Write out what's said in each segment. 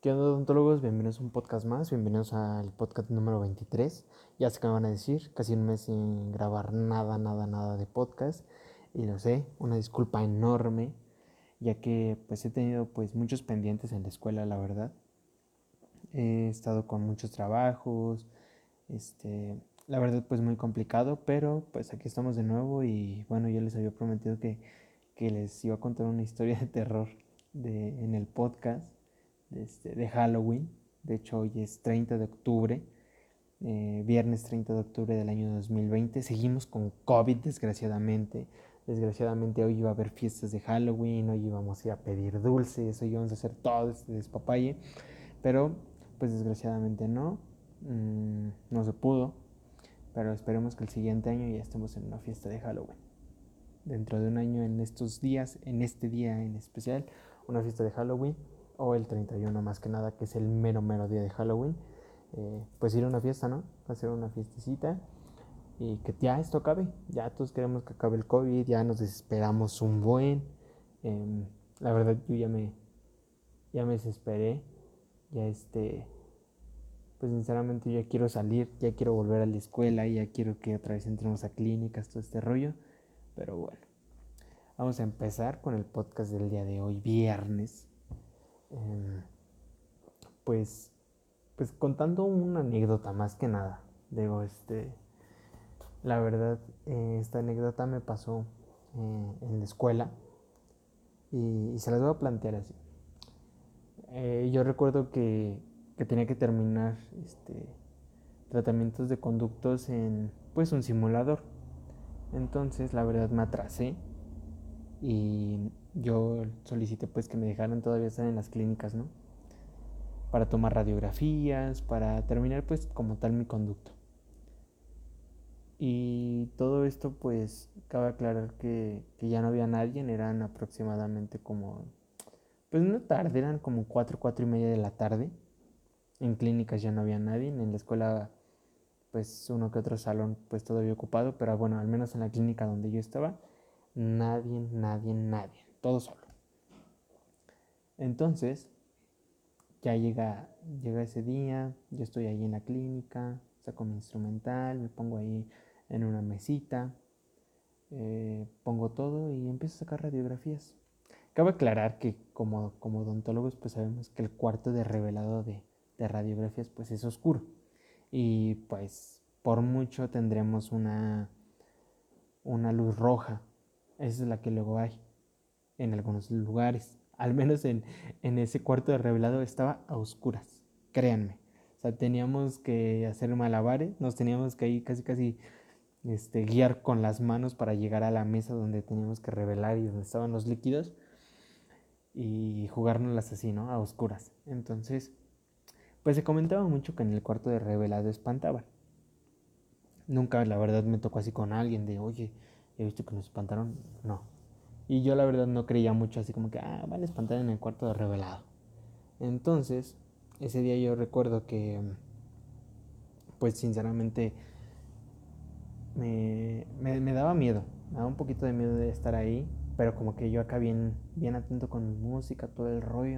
¿Qué onda, odontólogos? Bienvenidos a un podcast más, bienvenidos al podcast número 23. Ya sé que me van a decir, casi un mes sin grabar nada de podcast. Y lo sé, una disculpa enorme, ya que pues he tenido pues muchos pendientes en la escuela, la verdad. He estado con muchos trabajos, la verdad pues muy complicado, pero pues aquí estamos de nuevo y bueno, yo les había prometido que les iba a contar una historia de terror en el podcast de Halloween. De hecho, hoy es 30 de octubre, viernes 30 de octubre del año 2020. Seguimos con COVID, desgraciadamente. Desgraciadamente hoy iba a haber fiestas de Halloween, hoy íbamos a ir a pedir dulces, hoy íbamos a hacer todo este despapalle, pero pues desgraciadamente no, no se pudo, pero esperemos que el siguiente año ya estemos en una fiesta de Halloween. Dentro de un año, en estos días, en este día en especial, una fiesta de Halloween, o el 31 más que nada, que es el mero día de Halloween, pues ir a una fiesta, ¿no? Hacer una fiestecita y que ya esto acabe. Ya todos queremos que acabe el COVID, ya nos desesperamos un buen. La verdad, yo ya me desesperé, ya pues sinceramente yo ya quiero salir, ya quiero volver a la escuela, ya quiero que otra vez entremos a clínicas, todo este rollo, pero bueno. Vamos a empezar con el podcast del día de hoy, viernes. Eh, pues, pues contando una anécdota más que nada. Digo, la verdad, esta anécdota me pasó en la escuela y se las voy a plantear así. Yo recuerdo que tenía que terminar tratamientos de conductos en pues un simulador. Entonces, la verdad, me atrasé y yo solicité pues que me dejaran todavía estar en las clínicas, ¿no? Para tomar radiografías, para terminar pues como tal mi conducto. Y todo esto pues cabe aclarar que ya no había nadie, eran aproximadamente como, pues no tarde, eran como 4 y media de la tarde. En clínicas ya no había nadie, en la escuela pues uno que otro salón pues todavía ocupado, pero bueno, al menos en la clínica donde yo estaba, nadie, todo solo. Entonces, ya llega ese día, yo estoy ahí en la clínica, saco mi instrumental, me pongo ahí en una mesita, pongo todo y empiezo a sacar radiografías. Cabe aclarar que como odontólogos pues sabemos que el cuarto de revelado de radiografías pues es oscuro y pues por mucho tendremos una luz roja. Esa es la que luego hay en algunos lugares. Al menos en ese cuarto de revelado estaba a oscuras, créanme. O sea, teníamos que hacer malabares, nos teníamos que ir casi guiar con las manos para llegar a la mesa donde teníamos que revelar y donde estaban los líquidos y jugárnoslas así, ¿no? A oscuras. Entonces, pues se comentaba mucho que en el cuarto de revelado espantaban. Nunca, la verdad, me tocó así con alguien de, oye, ¿he visto que nos espantaron? No. Y yo la verdad no creía mucho así como que, van a espantar en el cuarto de revelado. Entonces, ese día yo recuerdo que, pues sinceramente, me daba miedo. Me daba un poquito de miedo de estar ahí. Pero como que yo acá bien atento con mi música, todo el rollo.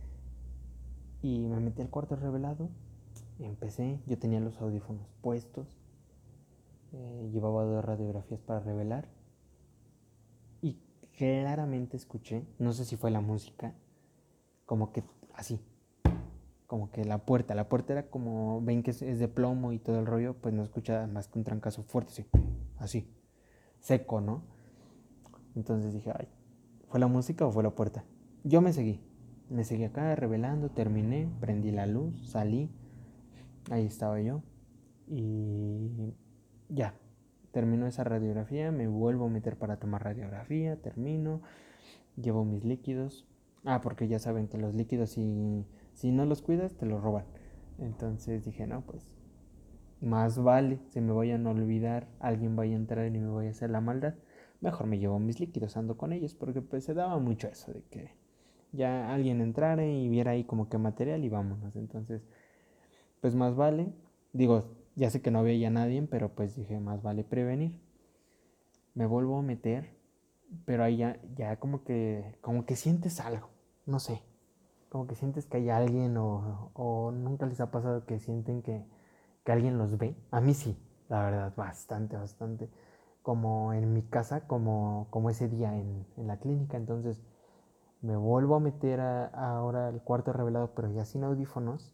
Y me metí al cuarto revelado. Y empecé. Yo tenía los audífonos puestos. Llevaba 2 radiografías para revelar. Y claramente escuché, no sé si fue la música, como que así, como que la puerta era como, ven que es de plomo y todo el rollo, pues no escucha más que un trancazo fuerte, sí, así, seco, ¿no? Entonces dije, ay, ¿fue la música o fue la puerta? Yo me seguí acá revelando, terminé, prendí la luz, salí, ahí estaba yo y ya, terminó esa radiografía, me vuelvo a meter para tomar radiografía, termino, llevo mis líquidos. Porque ya saben que los líquidos si no los cuidas te los roban. Entonces dije, no, pues más vale, se me vayan a olvidar, alguien vaya a entrar y me vaya a hacer la maldad. Mejor me llevo mis líquidos, ando con ellos, porque pues se daba mucho eso de que ya alguien entrara y viera ahí como que material y vámonos. Entonces, pues más vale, digo, ya sé que no había ya nadie, pero pues dije, más vale prevenir. Me vuelvo a meter, pero ahí ya como que sientes algo, no sé. como que sientes que hay alguien o nunca les ha pasado que sienten que alguien los ve. A mí sí, la verdad, bastante, bastante. Como en mi casa, como ese día en la clínica. Entonces me vuelvo a meter ahora al cuarto revelado, pero ya sin audífonos.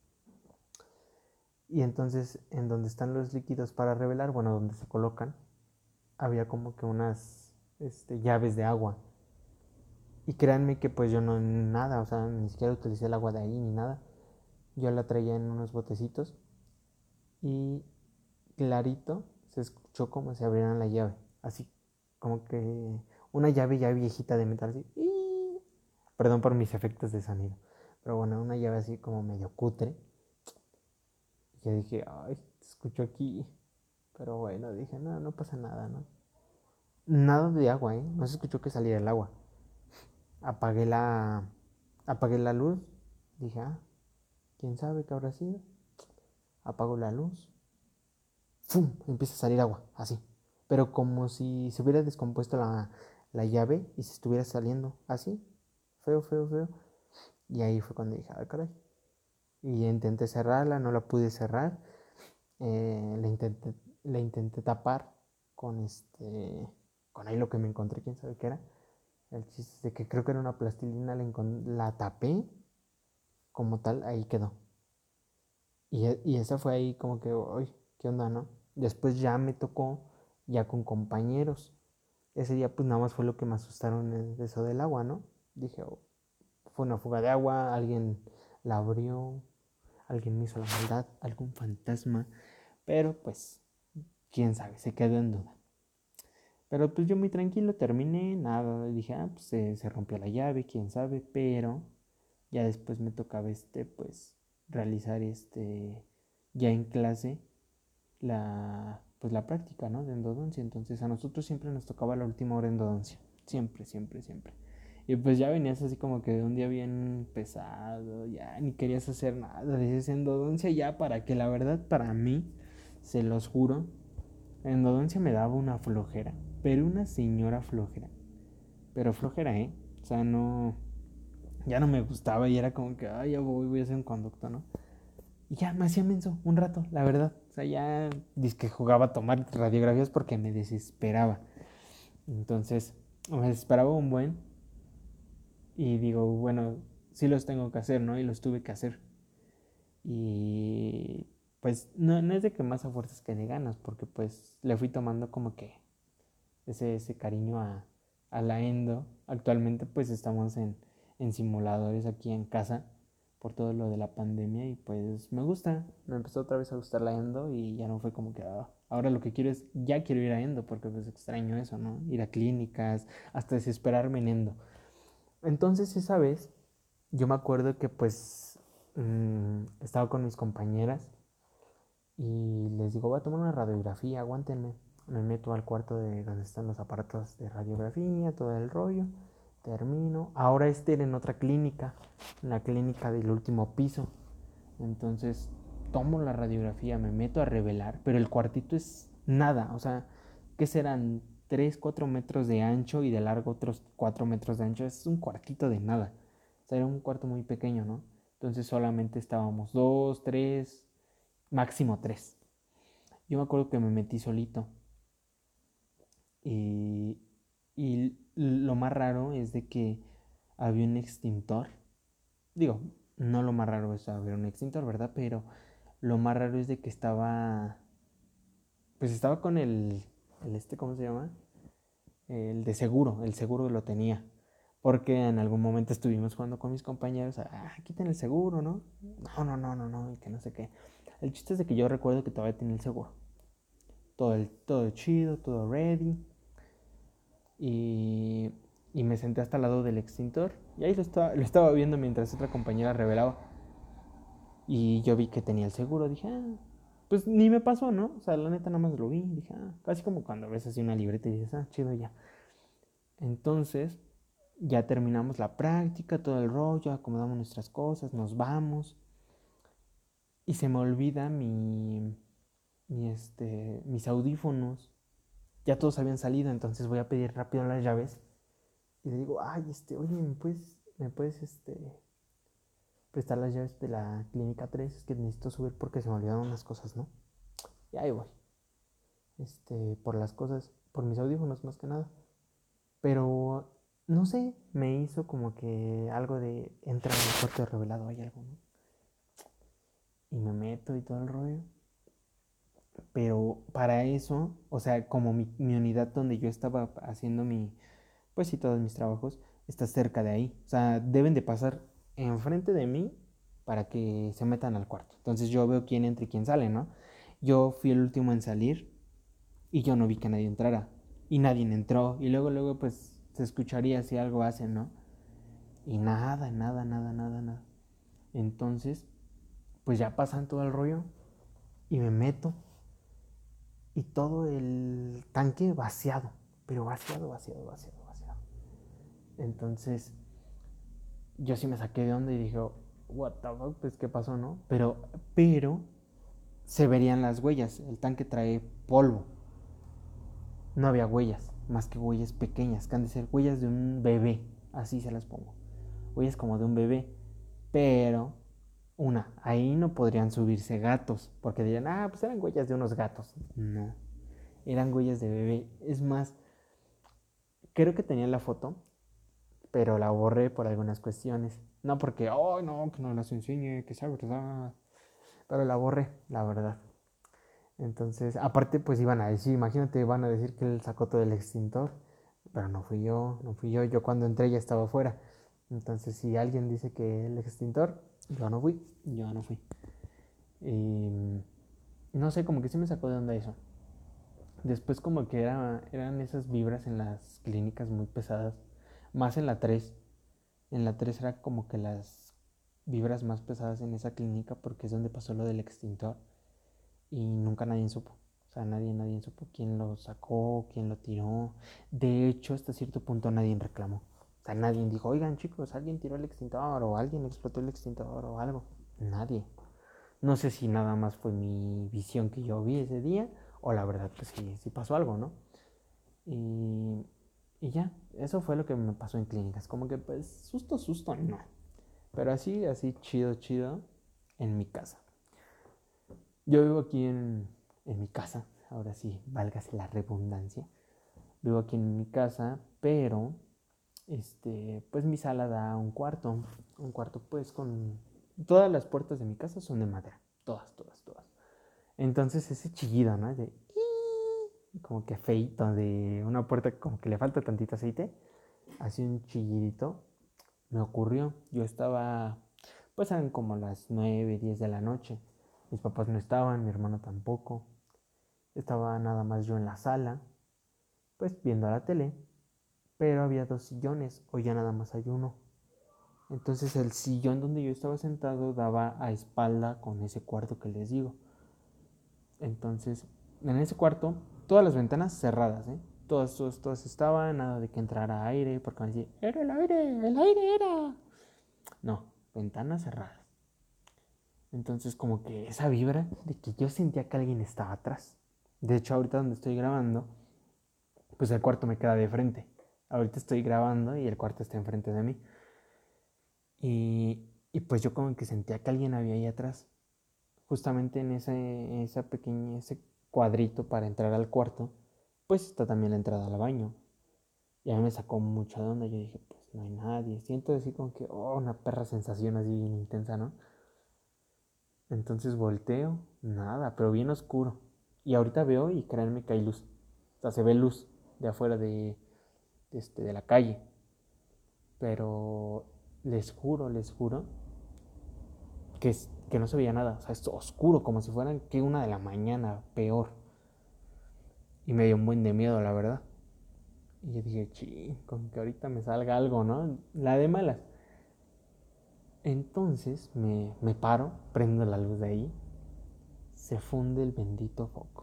Y entonces en donde están los líquidos para revelar, bueno, donde se colocan, había como que unas llaves de agua. Y créanme que pues yo no nada, o sea, ni siquiera utilicé el agua de ahí ni nada. Yo la traía en unos botecitos y clarito se escuchó como se abrieran la llave. Así, como que una llave ya viejita de metal, así. Perdón por mis efectos de sonido. Pero bueno, una llave así como medio cutre. Y yo dije, ay, te escucho aquí. Pero bueno, dije, no, no pasa nada, ¿no? Nada de agua, ¿eh? No se escuchó que saliera el agua. Apagué la, apagué la luz. Dije, ¿quién sabe qué habrá sido? Apago la luz. ¡Fum! Empieza a salir agua, así. Pero como si se hubiera descompuesto la llave y se estuviera saliendo así. Feo, feo, feo. Y ahí fue cuando dije, caray. Y intenté cerrarla, no la pude cerrar. La intenté tapar con con ahí lo que me encontré, quién sabe qué era. El chiste es de que creo que era una plastilina, la tapé como tal, ahí quedó. Y esa fue ahí como que, uy, ¿qué onda, no? Después ya me tocó, ya con compañeros. Ese día pues nada más fue lo que me asustaron de eso del agua, ¿no? Dije, fue una fuga de agua, alguien la abrió, alguien me hizo la maldad, algún fantasma. Pero pues, quién sabe, se quedó en duda. Pero pues yo muy tranquilo, terminé, nada, dije, pues se rompió la llave, quién sabe, pero ya después me tocaba pues realizar ya en clase pues la práctica, ¿no? De endodoncia. Entonces a nosotros siempre nos tocaba la última hora de endodoncia, siempre, siempre, siempre. Y pues ya venías así como que de un día bien pesado, ya ni querías hacer nada, decías endodoncia ya para que la verdad para mí, se los juro, endodoncia me daba una flojera, pero una señora flojera, pero flojera, ¿eh? O sea, no, ya no me gustaba y era como que, ay, ya voy a hacer un conducto, ¿no? Y ya me hacía menso un rato, la verdad. O sea, ya que jugaba a tomar radiografías porque me desesperaba. Entonces, me desesperaba un buen y digo, bueno, sí los tengo que hacer, ¿no? Y los tuve que hacer. Y pues no es de que más a fuerzas que de ganas, porque pues le fui tomando como que ese cariño a la endo. Actualmente pues estamos en simuladores aquí en casa por todo lo de la pandemia y pues me gusta, me empezó otra vez a gustar la endo y ya no fue como que ahora lo que quiero es, ya quiero ir a endo porque pues extraño eso, ¿no? Ir a clínicas, hasta desesperarme en endo. Entonces esa vez yo me acuerdo que pues estaba con mis compañeras y les digo, voy a tomar una radiografía, aguántenme. Me meto al cuarto de donde están los aparatos de radiografía, todo el rollo. Termino. Ahora era en otra clínica, en la clínica del último piso. Entonces tomo la radiografía, me meto a revelar, pero el cuartito es nada. O sea, ¿qué serán? 3 4 metros de ancho y de largo otros 4 metros de ancho. Es un cuartito de nada. O sea, era un cuarto muy pequeño, ¿no? Entonces solamente estábamos dos, tres, máximo tres. Yo me acuerdo que me metí solito. Y, y lo más raro es de que había un extintor. Digo, no lo más raro es haber un extintor, ¿verdad? Pero lo más raro es de que pues estaba con ¿cómo se llama? El de seguro, el seguro lo tenía. Porque en algún momento estuvimos jugando con mis compañeros, quiten el seguro, ¿no? No, no, no, no, no, y que no sé qué. El chiste es de que yo recuerdo que todavía tenía el seguro. Todo chido, todo ready. Y, y me senté hasta al lado del extintor. Y ahí lo estaba viendo mientras otra compañera revelaba. Y yo vi que tenía el seguro. Dije, pues ni me pasó, ¿no? O sea, la neta nada más lo vi. Dije, casi como cuando ves así una libreta y dices, chido ya. Entonces, ya terminamos la práctica, todo el rollo, acomodamos nuestras cosas, nos vamos. Y se me olvida mis audífonos. Ya todos habían salido, entonces voy a pedir rápido las llaves. Y le digo, oye, ¿me puedes prestar las llaves de la clínica 3, es que necesito subir porque se me olvidaron unas cosas, ¿no? Y ahí voy. Por las cosas, por mis audífonos más que nada. Pero, no sé, me hizo como que algo de entrar en el cuarto de revelado, hay algo, ¿no? Y me meto y todo el rollo. Pero para eso, o sea, como mi unidad donde yo estaba haciendo pues sí, todos mis trabajos, está cerca de ahí. O sea, deben de pasar enfrente de mí para que se metan al cuarto. Entonces yo veo quién entra y quién sale, ¿no? Yo fui el último en salir y yo no vi que nadie entrara. Y nadie entró. Y luego, pues se escucharía si algo hacen, ¿no? Y nada, nada, nada, nada, nada. Entonces, pues ya pasan todo el rollo y me meto y todo el tanque vaciado, pero vaciado, vaciado, vaciado, vaciado. Entonces, yo sí me saqué de onda y dije, what the fuck, pues qué pasó, ¿no? Pero se verían las huellas, el tanque trae polvo. No había huellas, más que huellas pequeñas, que han de ser huellas de un bebé, así se las pongo. Huellas como de un bebé, pero ahí no podrían subirse gatos, porque dirían, pues eran huellas de unos gatos. No, eran huellas de bebé. Es más, creo que tenía la foto, pero la borré por algunas cuestiones. No porque, no, que no las enseñe, que sea verdad. Pero la borré, la verdad. Entonces, aparte, pues iban a decir, imagínate, van a decir que él sacó todo el extintor. Pero no fui yo, no fui yo. Yo cuando entré ya estaba afuera. Entonces, si alguien dice que el extintor, yo no fui, yo no fui. Y no sé, como que sí me sacó de onda eso. Después como que eran esas vibras en las clínicas muy pesadas. Más en la 3. En la 3 era como que las vibras más pesadas en esa clínica porque es donde pasó lo del extintor. Y nunca nadie supo. O sea, nadie supo quién lo sacó, quién lo tiró. De hecho, hasta cierto punto nadie reclamó. O sea, nadie dijo, oigan chicos, alguien tiró el extintor o alguien explotó el extintor o algo. Nadie. No sé si nada más fue mi visión que yo vi ese día o la verdad pues sí pasó algo, ¿no? Y, y ya, eso fue lo que me pasó en clínicas. Como que pues susto, no. Pero así chido en mi casa. Yo vivo aquí en mi casa, ahora sí, válgase la redundancia. Vivo aquí en mi casa, pero pues mi sala da un cuarto pues con todas las puertas de mi casa son de madera, todas, todas, todas. Entonces ese chillido, ¿no? De como que feito de una puerta como que le falta tantito aceite, así un chillidito me ocurrió. Yo estaba, pues eran como las 9, 10 de la noche. Mis papás no estaban, mi hermano tampoco. Estaba nada más yo en la sala, pues viendo la tele, pero había dos sillones, o ya nada más hay uno. Entonces el sillón donde yo estaba sentado daba a espalda con ese cuarto que les digo. Entonces, en ese cuarto, todas las ventanas cerradas, ¿eh? Todas estaban, nada de que entrara aire, porque me decían, era el aire era. No, ventanas cerradas. Entonces, como que esa vibra de que yo sentía que alguien estaba atrás. De hecho, ahorita donde estoy grabando, pues el cuarto me queda de frente. Ahorita estoy grabando y el cuarto está enfrente de mí. Y pues yo como que sentía que alguien había ahí atrás. Justamente en ese cuadrito para entrar al cuarto, pues está también la entrada al baño. Y a mí me sacó mucha de onda. Yo dije, pues no hay nadie. Siento así como que, una perra sensación así bien intensa, ¿no? Entonces volteo, nada, pero bien oscuro. Y ahorita veo y créanme que hay luz. O sea, se ve luz de afuera de la calle. Pero les juro que no se veía nada. O sea, es oscuro, como si fueran que 1 de la mañana, peor. Y me dio un buen de miedo, la verdad. Y yo dije, con que ahorita me salga algo, ¿no? La de malas. Entonces me paro, prendo la luz de ahí. Se funde el bendito foco.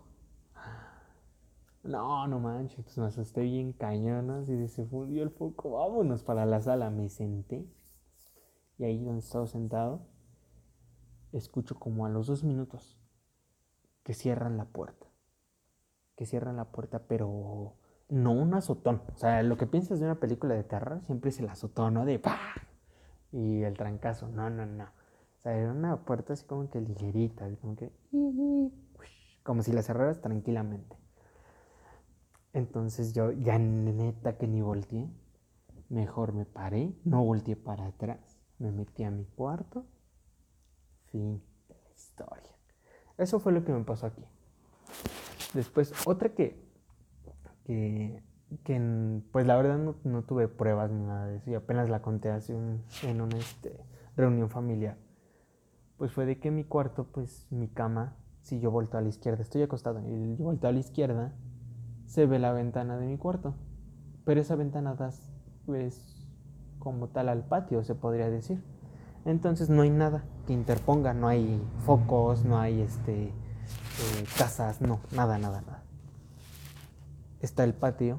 No manches, pues me asusté bien cañón, ¿no? Así de se fundió el foco, vámonos para la sala. Me senté y ahí donde estaba sentado, escucho como a los 2 minutos que cierran la puerta. Que cierran la puerta, pero no un azotón. O sea, lo que piensas de una película de terror siempre es el azotón, ¿no? De ¡pah! Y el trancazo. No, no, no. sea, era una puerta así como que ligerita, así como si la cerraras tranquilamente. Entonces yo ya neta que ni volteé. Mejor me paré, no volteé para atrás. Me metí a mi cuarto. Fin de la historia. Eso fue lo que me pasó aquí. Después, otra que, pues la verdad no tuve pruebas ni nada de eso. Y apenas la conté en una reunión familiar. Pues fue de que mi cuarto, pues mi cama, si yo volteo a la izquierda, estoy acostado y yo volteo a la izquierda, se ve la ventana de mi cuarto. Pero esa ventana da, pues, como tal al patio, se podría decir. Entonces no hay nada que interponga, no hay focos, no hay casas, no, nada, nada, nada. Está el patio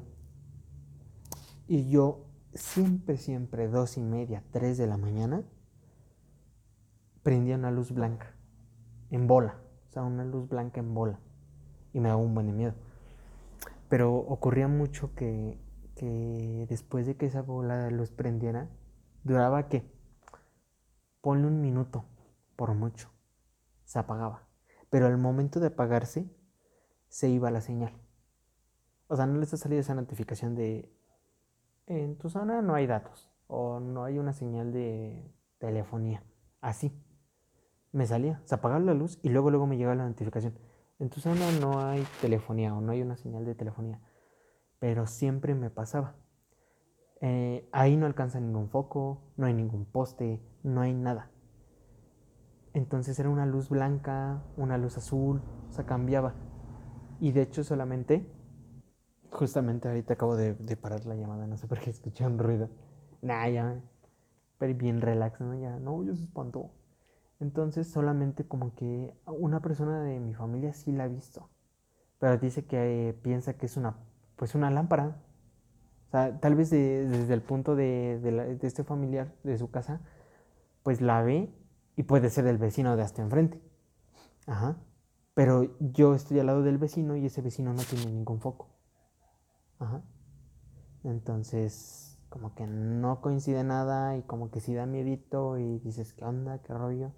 y yo siempre, 2:30, 3 de la mañana, prendía una luz blanca, en bola, o sea, una luz blanca en bola. Y me daba un buen de miedo. Pero ocurría mucho que después de que esa bola de luz prendiera, duraba ¿qué? Ponle un minuto, por mucho. Se apagaba. Pero al momento de apagarse, se iba la señal. O sea, no les ha salido esa notificación de en tu zona no hay datos o no hay una señal de telefonía. Así. Me salía, se apagaba la luz y luego me llegaba la notificación. En tu zona no hay telefonía o no hay una señal de telefonía. Pero siempre me pasaba. Ahí no alcanza ningún foco, no hay ningún poste, no hay nada. Entonces era una luz blanca, una luz azul, o sea, cambiaba. Y de hecho solamente, justamente ahorita acabo de parar la llamada, no sé por qué escuché un ruido. Nah, ya, pero bien relax, ¿no? Ya, no, ya se espantó. Entonces solamente como que una persona de mi familia sí la ha visto. Pero dice que piensa que es pues una lámpara. O sea, tal vez desde el punto de este familiar, de su casa, pues la ve y puede ser el vecino de hasta enfrente. Ajá. Pero yo estoy al lado del vecino y ese vecino no tiene ningún foco. Ajá. Entonces, como que no coincide nada y como que sí da miedito y dices, ¿qué onda? ¿Qué rollo?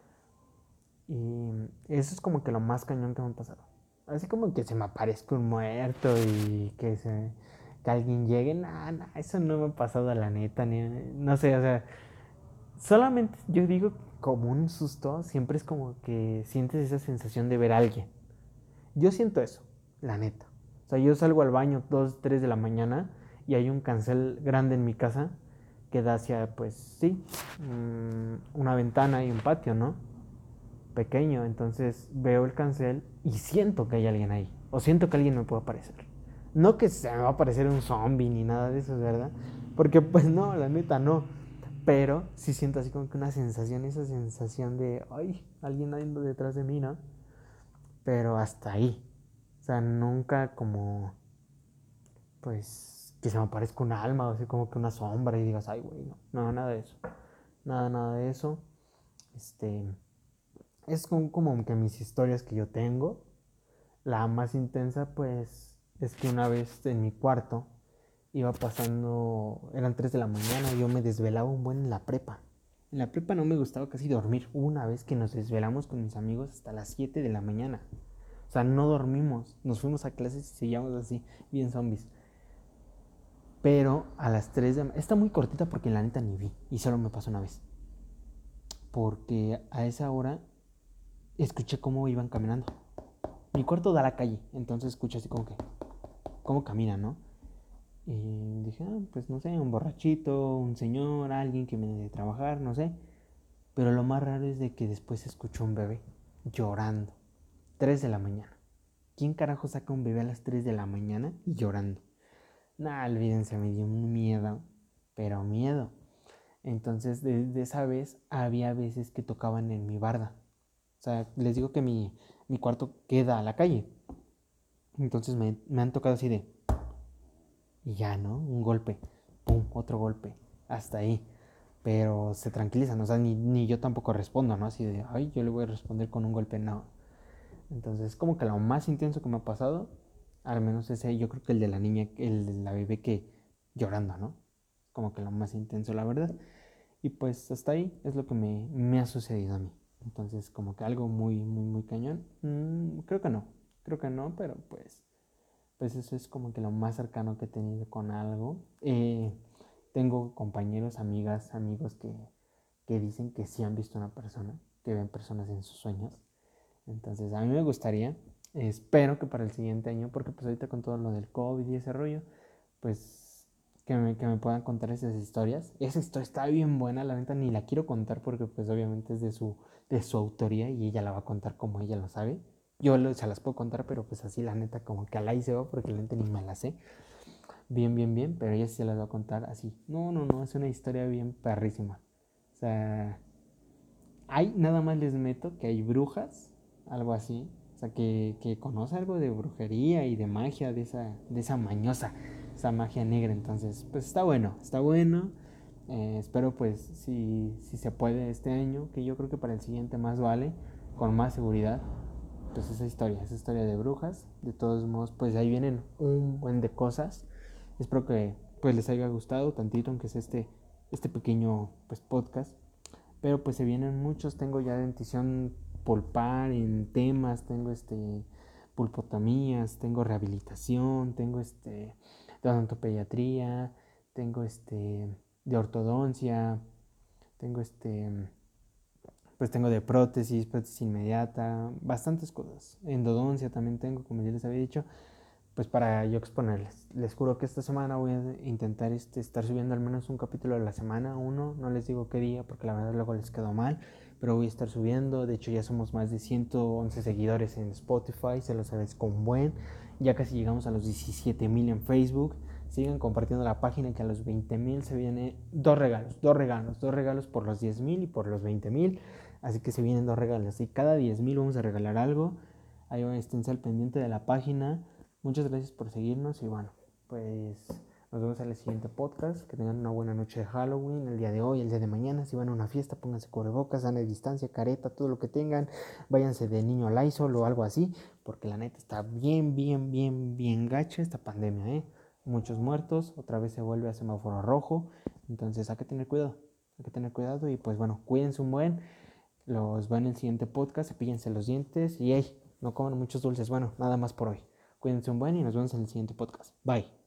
Y eso es como que lo más cañón que me ha pasado. Así como que se me aparezca un muerto y que alguien llegue, nada, eso no me ha pasado a la neta, no sé, o sea, solamente yo digo como un susto, siempre es como que sientes esa sensación de ver a alguien. Yo siento eso, la neta. O sea, yo salgo al baño 2, 3 de la mañana y hay un cancel grande en mi casa que da hacia, pues sí, una ventana y un patio, ¿no? Pequeño. Entonces veo el cancel y siento que hay alguien ahí. O siento que alguien me puede aparecer. No que se me va a aparecer un zombie ni nada de eso, ¿verdad? Porque pues no, la neta no. Pero sí siento así como que una sensación, esa sensación de, ay, alguien anda detrás de mí, ¿no? Pero hasta ahí. O sea, nunca como, pues, que se me aparezca un alma o así como que una sombra y digas, ay, güey, no, no, nada de eso. Nada, nada de eso. Este, es como que mis historias que yo tengo. La más intensa, pues, es que una vez en mi cuarto iba pasando, eran 3 de la mañana, yo me desvelaba un buen en la prepa. En la prepa no me gustaba casi dormir. Hubo una vez que nos desvelamos con mis amigos hasta las 7 de la mañana. O sea, no dormimos. Nos fuimos a clases y seguíamos así, bien zombies. Pero a las 3 de la mañana... Está muy cortita porque la neta ni vi. Y solo me pasó una vez. Porque a esa hora escuché cómo iban caminando. Mi cuarto da a la calle. Entonces escuché así como que... Cómo caminan, ¿no? Y dije, pues no sé, un borrachito, un señor, alguien que viene de trabajar, no sé. Pero lo más raro es de que después escuchó un bebé llorando. 3 de la mañana. ¿Quién carajo saca un bebé a las 3 de la mañana y llorando? Nah, olvídense, me dio un miedo, pero miedo. Entonces, desde esa vez, había veces que tocaban en mi barda. O sea, les digo que mi cuarto queda a la calle. Entonces me han tocado así de... Y ya, ¿no? Un golpe, pum, otro golpe, hasta ahí. Pero se tranquilizan, o sea, ni yo tampoco respondo, ¿no? Así de, ay, yo le voy a responder con un golpe, no. Entonces, como que lo más intenso que me ha pasado, al menos ese, yo creo que el de la niña, el de la bebé que llorando, ¿no? Como que lo más intenso, la verdad. Y pues hasta ahí es lo que me ha sucedido a mí. Entonces, como que algo muy, muy, muy cañón. Creo que no, pero pues eso es como que lo más cercano que he tenido con algo. Tengo compañeros, amigas, amigos que dicen que sí han visto una persona, que ven personas en sus sueños. Entonces, a mí me gustaría, espero que para el siguiente año, porque pues ahorita con todo lo del COVID y ese rollo, pues que me puedan contar esas historias. Esa historia está bien buena, la neta ni la quiero contar porque pues obviamente es de su autoría y ella la va a contar como ella lo sabe. Se las puedo contar, pero pues así la neta como que al ahí se va porque la neta ni me la sé. Bien, bien, bien, pero ella sí se las va a contar así. No, no, no, es una historia bien perrísima. O sea, hay, nada más les meto que hay brujas, algo así. O sea, que conoce algo de brujería y de magia, de esa mañosa, esa magia negra. Entonces, pues está bueno, está bueno. Espero pues si se puede este año, que yo creo que para el siguiente más vale, con más seguridad, pues esa historia de brujas. De todos modos, pues ahí vienen un buen de cosas. Espero que pues les haya gustado tantito, aunque sea este pequeño pues podcast. Pero pues se vienen muchos, tengo ya dentición pulpar en temas, tengo pulpotomías, tengo rehabilitación, tengo de odontopediatría, tengo de ortodoncia, tengo pues tengo de prótesis inmediata, bastantes cosas. Endodoncia también tengo, como ya les había dicho, pues para yo exponerles. Les juro que esta semana voy a intentar estar subiendo al menos un capítulo a la semana, uno, no les digo qué día porque la verdad luego les quedó mal, pero voy a estar subiendo. De hecho ya somos más de 111 seguidores en Spotify, se los agradezco un buen. Ya casi llegamos a los 17,000 en Facebook. Sigan compartiendo la página, que a los 20,000 se vienen dos regalos por los 10,000 y por los 20,000. Así que se vienen dos regalos y cada 10,000 vamos a regalar algo. Ahí estén al pendiente de la página. Muchas gracias por seguirnos y bueno, pues nos vemos en el siguiente podcast. Que tengan una buena noche de Halloween, el día de hoy, el día de mañana. Si van a una fiesta, pónganse cubrebocas, dan de distancia, careta, todo lo que tengan. Váyanse de niño a Lysol o algo así, porque la neta está bien, bien, bien, bien gacha esta pandemia, ¿eh? Muchos muertos, otra vez se vuelve a semáforo rojo. Entonces hay que tener cuidado y pues bueno, cuídense un buen. Los veo en el siguiente podcast, cepíllense los dientes y hey, no coman muchos dulces. Bueno, nada más por hoy. Cuídense un buen y nos vemos en el siguiente podcast. Bye.